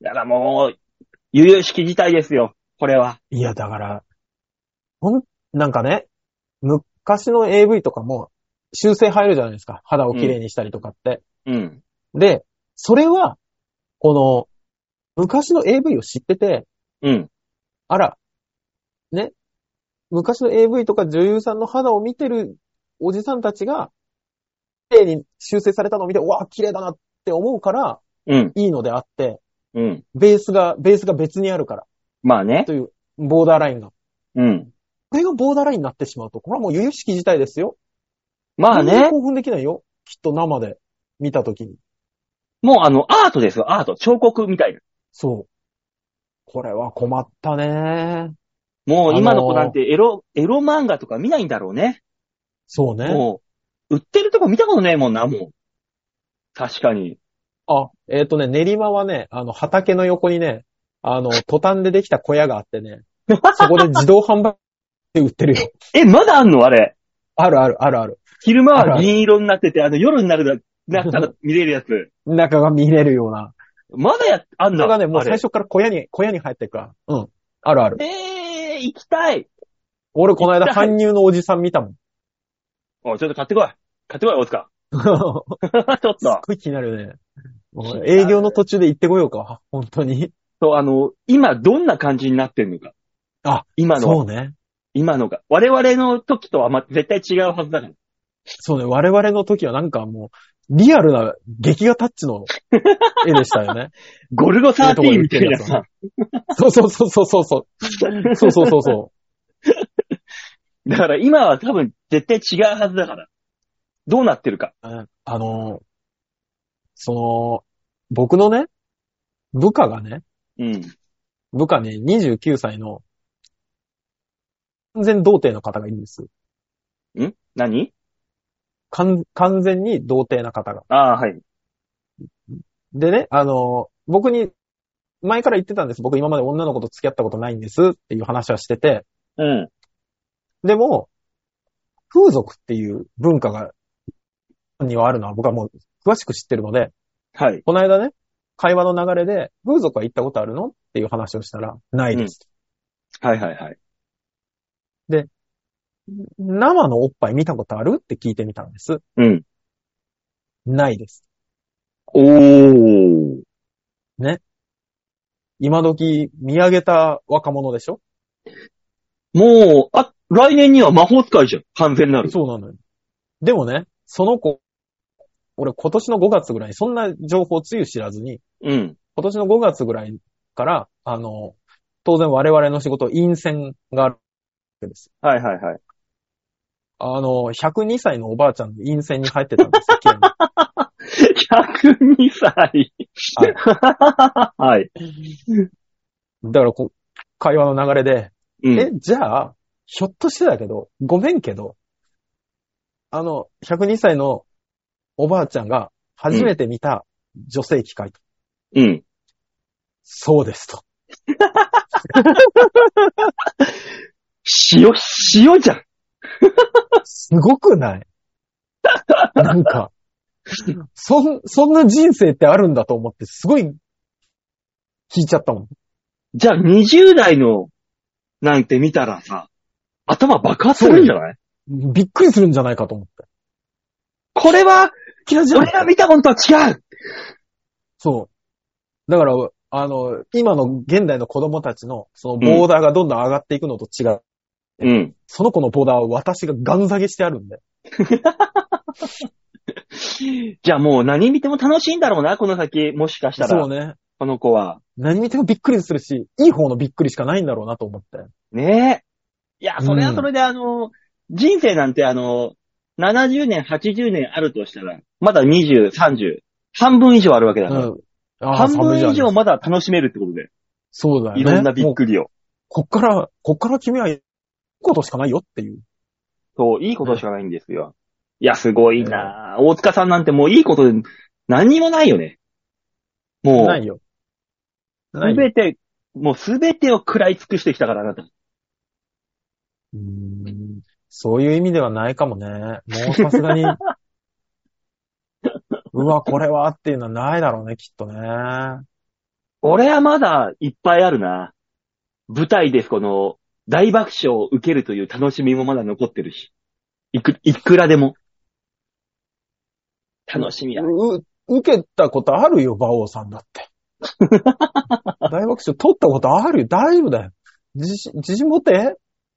だからもう、悠々しき事態ですよ。これは。 いや、だから、ほん、なんかね、昔の エーブイ とかも、修正入るじゃないですか。肌をきれいにしたりとかって。 うん。 で、それは、この、昔の エーブイ を知ってて、 うん。 あら、ね。昔の エーブイ とか女優さんの肌を見てるおじさんたちが、きれいに修正されたのを見て、うわ、綺麗だなって思うから、 うん。 いいのであって、 うん。 ベースが、ベースが別にあるから。 まあね。 という、ボーダーラインが。 うん。 これがボーダーラインになってしまうと、これはもう由々しき事態ですよ。 まあね。 興奮できないよ。きっと生で見たときに。 もうあの、アートですよ、アート。彫刻みたいな。 そう。これは困ったね。 もう今の子なんてエロ、エロ漫画とか見ないんだろうね。 そうね。 もう、売ってるとこ見たことねえもんな、もう。確かに。 あ、えっとね、練馬はね、あの、畑の横にね、あの、トタンでできた小屋があってね、そこで自動販売で売ってるよ。 え、まだあんのあれ。 あるあるあるある。 昼間は銀色になってて、あの夜になるなったら見れるやつ。 中が見れるような。 まだや、あんだ。 それがね、もう最初から小屋に、小屋に入ってるから。うん。あるある。 えー、行きたい。 俺この間搬入のおじさん見たもん。 お、ちょっと買ってこい。 買ってこい、大塚。ちょっと。すっごい気になるよね。もう営業の途中で行ってこようか、本当に。 そう、あの、今どんな感じになってんのか。 あ、 今の。 そうね。 今のが。我々の時とはま、絶対違うはずだから。 そうね、我々の時はなんかもう、リアルな劇画タッチの絵でしたよね。 ゴルゴじゅうさんみたいなさ。 そうそうそうそうそう。そうそうそうそう。 だから今は多分絶対違うはずだから。どうなってるか。 あの、その、僕のね、部下がね、 うん。 部下ね、にじゅうきゅうさいの、完全童貞の方がいるんです。 ん何完完全に童貞な方が。 ああ、はい。 でね、あの、僕に、前から言ってたんです。僕今まで女の子と付き合ったことないんですっていう話はしてて。 うん。 でも、風俗っていう文化が、にはあるのは僕はもう詳しく知ってるので、 はい。 この間ね、会話の流れで、風俗は行ったことあるのっていう話をしたら、ないです。 うん、はいはいはい。 で、生のおっぱい見たことあるって聞いてみたんです。 うん。 ないです。 おー。 ね。今時見上げた若者でしょ？ もう、あ、来年には魔法使いじゃん。完全なる。 そうなのよ。でもね、その子、俺今年のごがつぐらいにそんな情報つゆ知らずに、 うん。 今年のごがつぐらいから、あの、当然我々の仕事、陰線があるわけです。 はいはいはい。 あの、ひゃくにさいのおばあちゃんの陰線に入ってたんですよ、 ひゃくにさい。はい。はい。 だからこう、会話の流れで、 うん、 え、じゃあ、ひょっとしてだけど、ごめんけど、あの、ひゃくにさいのおばあちゃんが初めて見た女性機械と。 うん。 そうですと。 塩、塩じゃん。 すごくないなんか、そん、そんな人生ってあるんだと思って、すごい、聞いちゃったもん。 じゃあにじゅう代の、なんて見たらさ、頭爆発するんじゃない？ びっくりするんじゃないかと思って。 これは、俺が見たものとは違う！ そう。だから、あの、今の現代の子供たちの、そのボーダーがどんどん上がっていくのと違う。 うん。 その子のボーダーは私がガン下げしてあるんで。 じゃあもう何見ても楽しいんだろうな、この先。もしかしたら。 そうね。 この子は。 何見てもびっくりするし、いい方のびっくりしかないんだろうなと思って。 ねえ。いや、それはそれで、うん、あの、人生なんてあの、ななじゅうねん、はちじゅうねんあるとしたら、まだにじゅう、さんじゅう、半分以上あるわけだから。うん、半分以上まだ楽しめるってことで。 そうだよね。 いろんなびっくりを。 こっから、こっから君はいいことしかないよっていう。 そう、いいことしかないんですよ。いや、すごいな、えー、大塚さんなんてもういいことで何にもないよね。もう。 ないよ。 すべて、もうすべてを食らい尽くしてきたから、あなた。 うーん、そういう意味ではないかもね。もうさすがに。うわ、これはっていうのはないだろうね、きっとね。 俺はまだいっぱいあるな。舞台でこの大爆笑を受けるという楽しみもまだ残ってるし。いく、いくらでも。楽しみだ。 う、受けたことあるよ、馬王さんだって。大爆笑取ったことあるよ、大丈夫だよ。自信、自信持って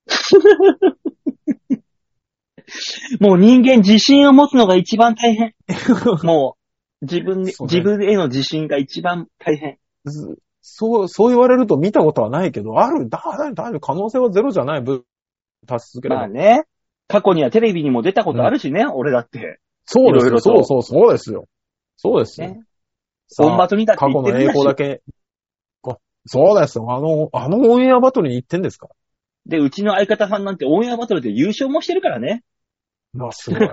もう人間自信を持つのが一番大変。もう、自分、ね、自分への自信が一番大変。 そう、そう言われると見たことはないけど、ある、だ、だ、だ、可能性はゼロじゃない、ぶ、立ち続ければ。 まあね。過去にはテレビにも出たことあるしね、うん、俺だって。 そうですよ。そうそう、そうですよ。そうですよ。ね。 オンバトにだって言ってるし。 過去の栄光だけ。そうですよ。あの、あのオンエアバトルに行ってんですか？ で、うちの相方さんなんてオンエアバトルで優勝もしてるからね。 まあ、すごい。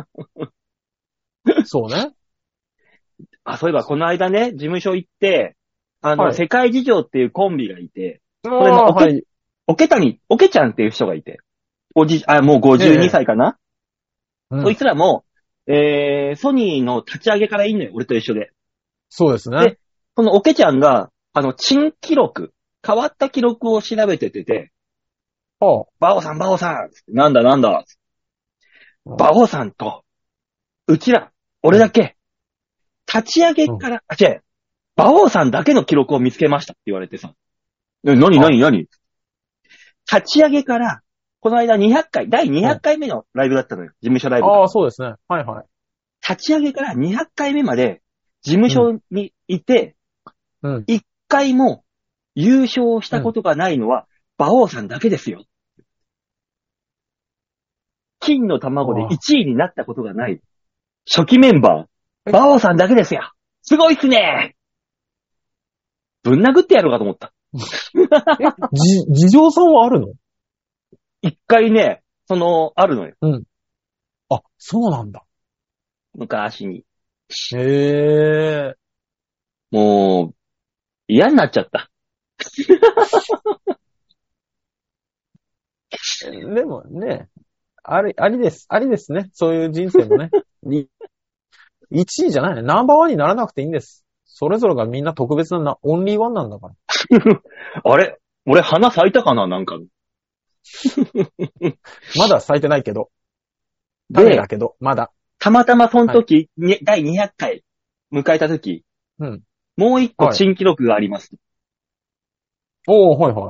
そうね。 あ、そういえばこの間ね、事務所行って、あの、はい、世界事情っていうコンビがいて、これのおけ、はい、おけたに、おけちゃんっていう人がいて、おじ、あ、もうごじゅうにさいかな、えーうん、そいつらも、えー、ソニーの立ち上げからいんのよ、俺と一緒で。 そうですね。 で、このおけちゃんが、あの、珍記録、変わった記録を調べててて、 ああ、 バオさん、バオさんなんだなんだバオさんと、 うちら、俺だけ、立ち上げから、うん、あ、違う、馬王さんだけの記録を見つけましたって言われてさ。なになになに立ち上げから、この間にひゃっかい、だいにひゃっかいめのライブだったのよ。事務所ライブ。 ああ、そうですね。はいはい。 立ち上げからにひゃっかいめまで、事務所にいて、うん、いっかいも優勝したことがないのは、馬王さんだけですよ。金の卵でいちいになったことがない、初期メンバー、馬王さんだけですよ。すごいっすね。ぶん殴ってやろうかと思った。 じ、事情さんはあるの？ 一回ね、その、あるのよ。 うん。あ、そうなんだ。 昔に。 へえ。 もう、嫌になっちゃった。 でもね、あり、ありです。ありですね。そういう人生もね。いちいじゃないね。ナンバーワンにならなくていいんです。それぞれがみんな特別なな、オンリーワンなんだから。 あれ俺花咲いたかななんか。 まだ咲いてないけど。ダメだけど、まだ。 たまたまその時、はい、だいにひゃっかい迎えた時、うん、もう一個新記録があります。 はい、おー、はいはい。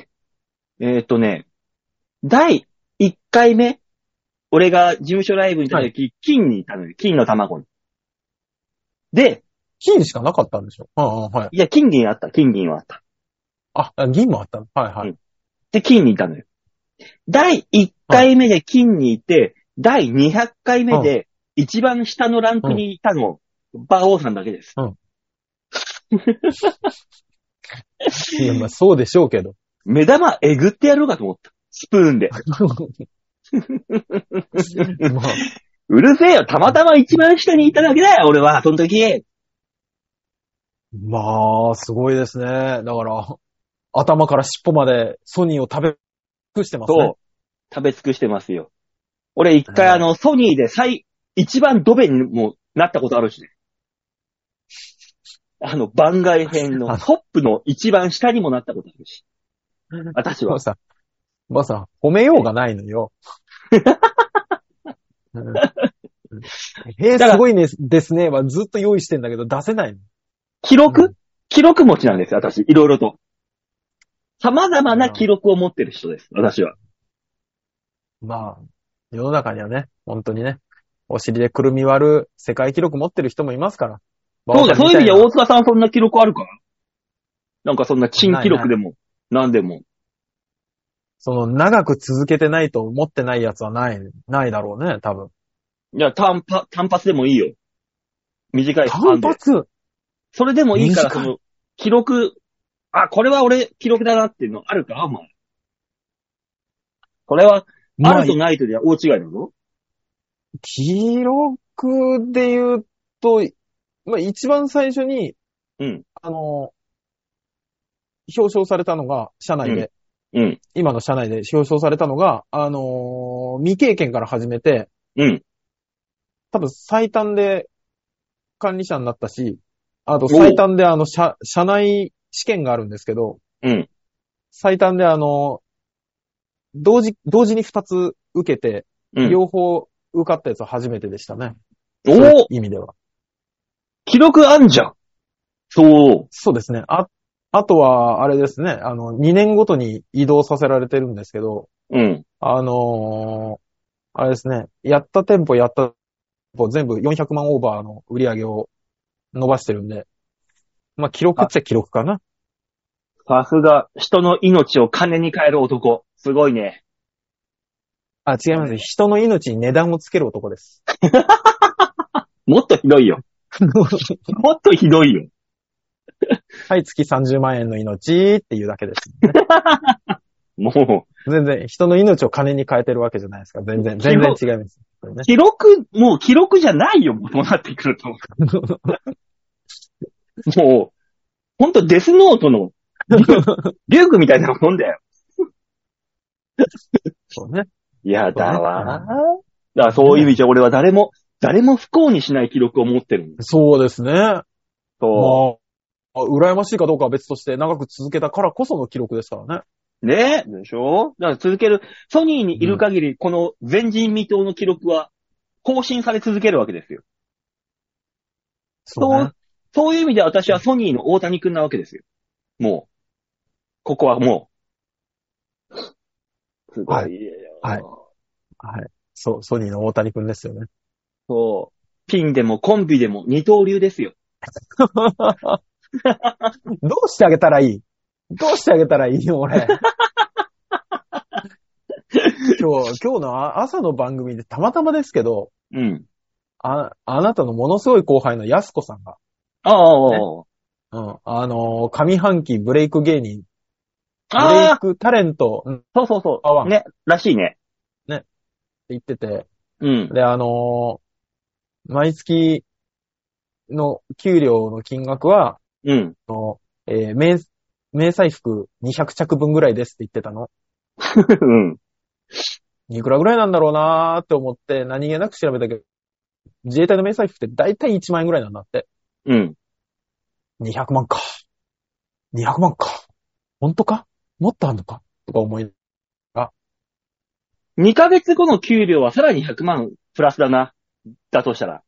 えっとね、だいいっかいめ、俺が事務所ライブに行った時、はい、金にいたのよ。金の卵に。で、 金しかなかったんでしょ？ああ、はい。 いや、金銀あった、金銀はあった。 あ、銀もあったの？はいはい、うん。 で、金にいたのよ。だいいっかいめで金にいて、はい、だいにひゃっかいめで一番下のランクにいたの、うん、馬王さんだけです。うん。 いや、まあそうでしょうけど。 目玉えぐってやろうかと思った。スプーンで。まあ、うるせえよ。たまたま一番下にいただけだよ、俺は、その時。 まあ、すごいですね。だから、頭から尻尾までソニーを食べ尽くしてますね。そう。 食べ尽くしてますよ。俺一回あの、ソニーで最、一番ドベにもなったことあるしね。あの、番外編のトップの一番下にもなったことあるし。私は。 ばあさん、ばあさん、褒めようがないのよ。うん、へえ、すごいね、ですね。はずっと用意してんだけど出せないの。 記録、うん、記録持ちなんですよ、私。いろいろと。様々な記録を持ってる人です、私は。 まあ、世の中にはね、本当にね、お尻でくるみ割る世界記録持ってる人もいますから。 そうだ、そういう意味では大塚さんそんな記録あるかな？なんかそんな珍記録でも、なんでも。 その、長く続けてないと思ってないやつはない、ないだろうね、多分。 いや、単発、単発でもいいよ。短いスパンで。単発？ それでもいいから、その、記録、あ、これは俺、記録だなっていうのあるかお前。これは、あるとないとでは大違いなの？ 記録で言うと、まあ、一番最初に、うん。あの、表彰されたのが、社内で。うん。うん、今の社内で表彰されたのが、あのー、未経験から始めて、うん。多分最短で管理者になったし、あと最短であの、社、社内試験があるんですけど、うん。最短であの、同時、同時に二つ受けて、うん、両方受かったやつは初めてでしたね。おお！意味では。 記録あんじゃん。そう。 そうですね。あ、あとは、あれですね。あの、にねんごとに移動させられてるんですけど、うん。あのー、あれですね。やった店舗やった店舗全部よんひゃくまんオーバーの売り上げを伸ばしてるんで、まあ、記録っちゃ記録かな。 さすが、人の命を金に変える男。すごいね。 あ、違います。人の命に値段をつける男です。 もっとひどいよ。もっとひどいよ。 はい、月さんじゅうまんえんの命っていうだけです、ね。もう。全然、人の命を金に変えてるわけじゃないですか。全然、全然違います。 ね、記録、もう記録じゃないよ、もうなってくると。もう、ほんとデスノートの、リュウグみたいなもんだよ。 そうね。 いやだわ。だからそういう意味じゃ俺は誰も、誰も不幸にしない記録を持ってるんです。 そうですね。そう。まあ、羨ましいかどうかは別として長く続けたからこその記録ですからね。 ねえ、でしょ？だから続ける、ソニーにいる限り、この前人未到の記録は更新され続けるわけですよ。 そうね、 そう、そういう意味で私はソニーの大谷くんなわけですよ。もう、ここはもう。すごいよ。 はい。はい。はい。そう、ソニーの大谷くんですよね。 そう。ピンでもコンビでも二刀流ですよ。 どうしてあげたらいいどうしてあげたらいいの俺。今日、今日の朝の番組でたまたまですけど、 うん。 あ、あなたのものすごい後輩のやすこさんが。 ああ、 ね、うん。あのー、上半期ブレイク芸人。ブあレイクタレント。 そうそうそう。ね、らしいね。 ね。って言ってて。 うん。 で、あのー、毎月の給料の金額は、 うん。 のえー、名、名彩服にひゃくちゃくぶんぐらいですって言ってたの。 うん。 いくらぐらいなんだろうなーって思って何気なく調べたけど、自衛隊の名彩服ってだいたいいちまんえんぐらいなんだって。 うん。 にひゃくまんか。にひゃくまんか。本当かもっとあんのかとか思い。あ。 にかげつごの給料はさらにひゃくまんプラスだな。だとしたら。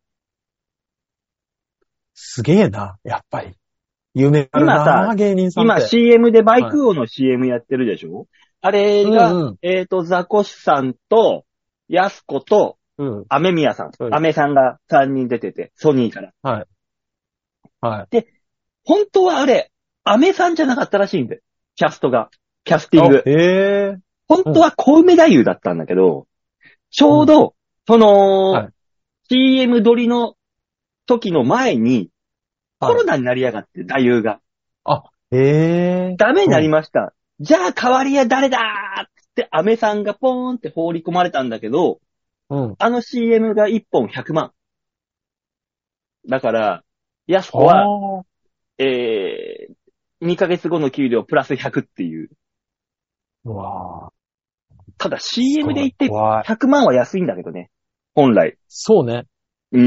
すげえな、やっぱり。有名な今さ、 芸人さんって。 今 シーエム でバイク王の シーエム やってるでしょ、はい、あれが、うんうん、えっ、ー、と、ザコシさんと、ヤスコと、うん、アメミヤさん、うん、アメさんがさんにん出てて、ソニーから。 はい。はい。 で、本当はあれ、アメさんじゃなかったらしいんで、キャストが。キャスティング。 へー。 本当は小梅太夫だったんだけど、ちょうど、うん、その、はい、シーエム 撮りの時の前に、コロナになりやがって、太夫が。 あ、へー。 ダメになりました。うん、じゃあ代わりは誰だーって、アメさんがポーンって放り込まれたんだけど、うん、あの シーエム がいっぽんひゃくまん。だから、ヤスコは、えー、にかげつごの給料プラスひゃくっていう。 うわただ シーエム で言ってひゃくまんは安いんだけどね。本来。 そうね。 うん。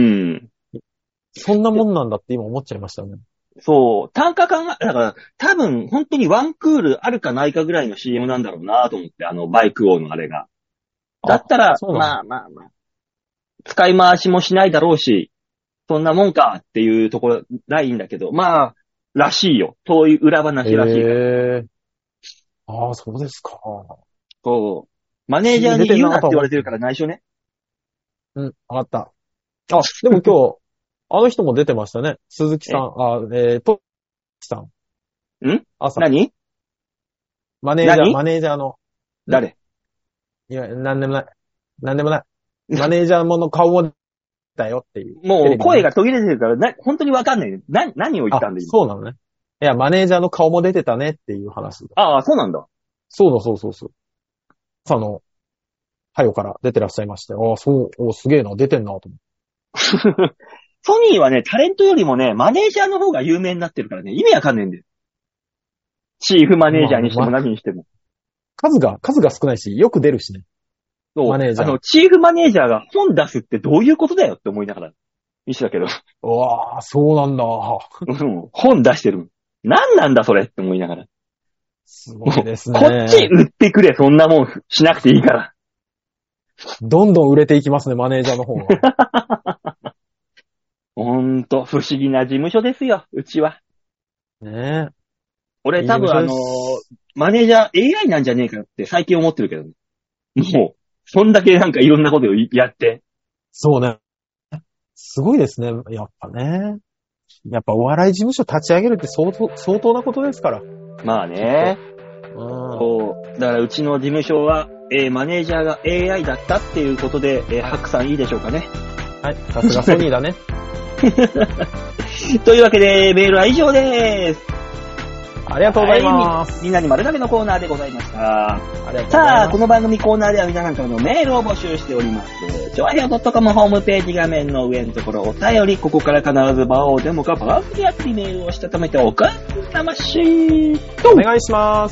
そんなもんなんだって今思っちゃいましたね。 そう。単価考え、だから多分本当にワンクールあるかないかぐらいの シーエム なんだろうなと思って、あのバイク王のあれが。だったら、まあまあまあ。使い回しもしないだろうし、そんなもんかっていうところないんだけど、まあ、らしいよ。そういう裏話らしい。 へー。ああ、そうですか。 そう。マネージャーに言うなって言われてるから内緒ね。 うん、わかった。あ、でも今日、あの人も出てましたね。鈴木さん、あ、えー、と、さん。 ん朝。何マネージャー、マネージャーの。 誰いや、なんでもない。なんでもない。マネージャーもの顔もだよっていう。 もう声が途切れてるから、な、本当にわかんない。な、何を言ったんだ今。 そうなのね。いや、マネージャーの顔も出てたねっていう話。 ああ、そうなんだ。 そうだ、そうそうそう。朝の、はよから出てらっしゃいまして。ああ、そう、おすげえな、出てんな、と思って。 ソニーはね、タレントよりもね、マネージャーの方が有名になってるからね、意味わかんねえんだよ。チーフマネージャーにしても何にしても。 まあ、数が、数が少ないし、よく出るしね。 そう。マネージャー。あの、チーフマネージャーが本出すってどういうことだよって思いながら、見せたけど。 うわぁ、そうなんだ。 うん。本出してる。何なんだそれって思いながら。 すごいですね。 こっち売ってくれ、そんなもんしなくていいから。 どんどん売れていきますね、マネージャーの方が。 ほんと、不思議な事務所ですよ、うちは。 ねえ。 俺多分あのー、マネージャー エーアイ なんじゃねえかって最近思ってるけどね。もう、そんだけなんかいろんなことをやって。 そうね。すごいですね、やっぱね。やっぱお笑い事務所立ち上げるって相当、相当なことですから。 まあね。うん。そう。だからうちの事務所は、えー、マネージャーが エーアイ だったっていうことで、えー、ハクさんいいでしょうかね。 はい。さすがソニーだね。 というわけで、メールは以上です。 ありがとうございます。 はい、みんなに丸投げのコーナーでございました。 ありがとうございます。 さあ、この番組コーナーでは皆さんからのメールを募集しております。ちょわひょう .com ホームページ画面の上のところお便り、ここから必ず場をデモか番組アプリメールをしたためておかんなましいお願いします。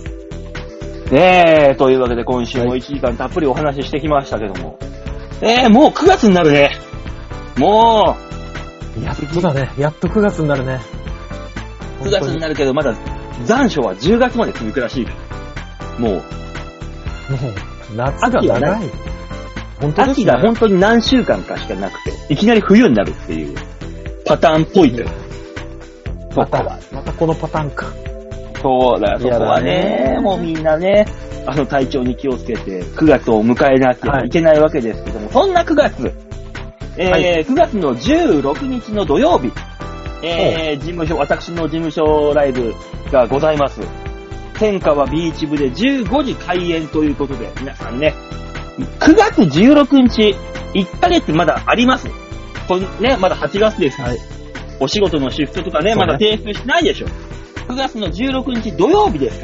ねえ、というわけで今週もいちじかんたっぷりお話ししてきましたけども。えー、もうくがつになるね。もう。やっとだね。やっとくがつになるね。 くがつになるけど、まだ残暑はじゅうがつまで続くらしいから。もう。もう、夏が長い。 本当ですね。 秋が本当に何週間かしかなくて、いきなり冬になるっていうパターンっぽいという。 また、またこのパターンか。 そうだよ、そこはね、もうみんなね、あの体調に気をつけて、くがつを迎えなきゃいけないわけですけども、はい、そんなくがつ、えーはい、くがつのじゅうろくにちの土曜日、えー、事務所、私の事務所ライブがございます。天川ビーチ部でじゅうごじ開演ということで、皆さんね、くがつじゅうろくにち、いっかげつまだあります。これね、まだはちがつですから、はい、お仕事のシフトとかね、まだ提出しないでしょ。くがつのじゅうろくにち土曜日ですから、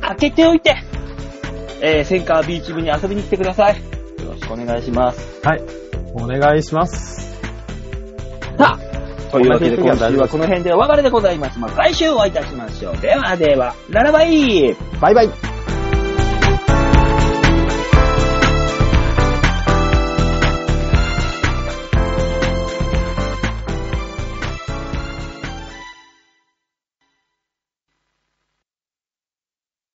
開けておいて、えー、天川ビーチ部に遊びに来てください。よろしくお願いします。 はい。お願いします。 さあ、というわけで今週はこの辺でお別れでございます。また来週お会いいたしましょう。ではでは、ララバイバイバイ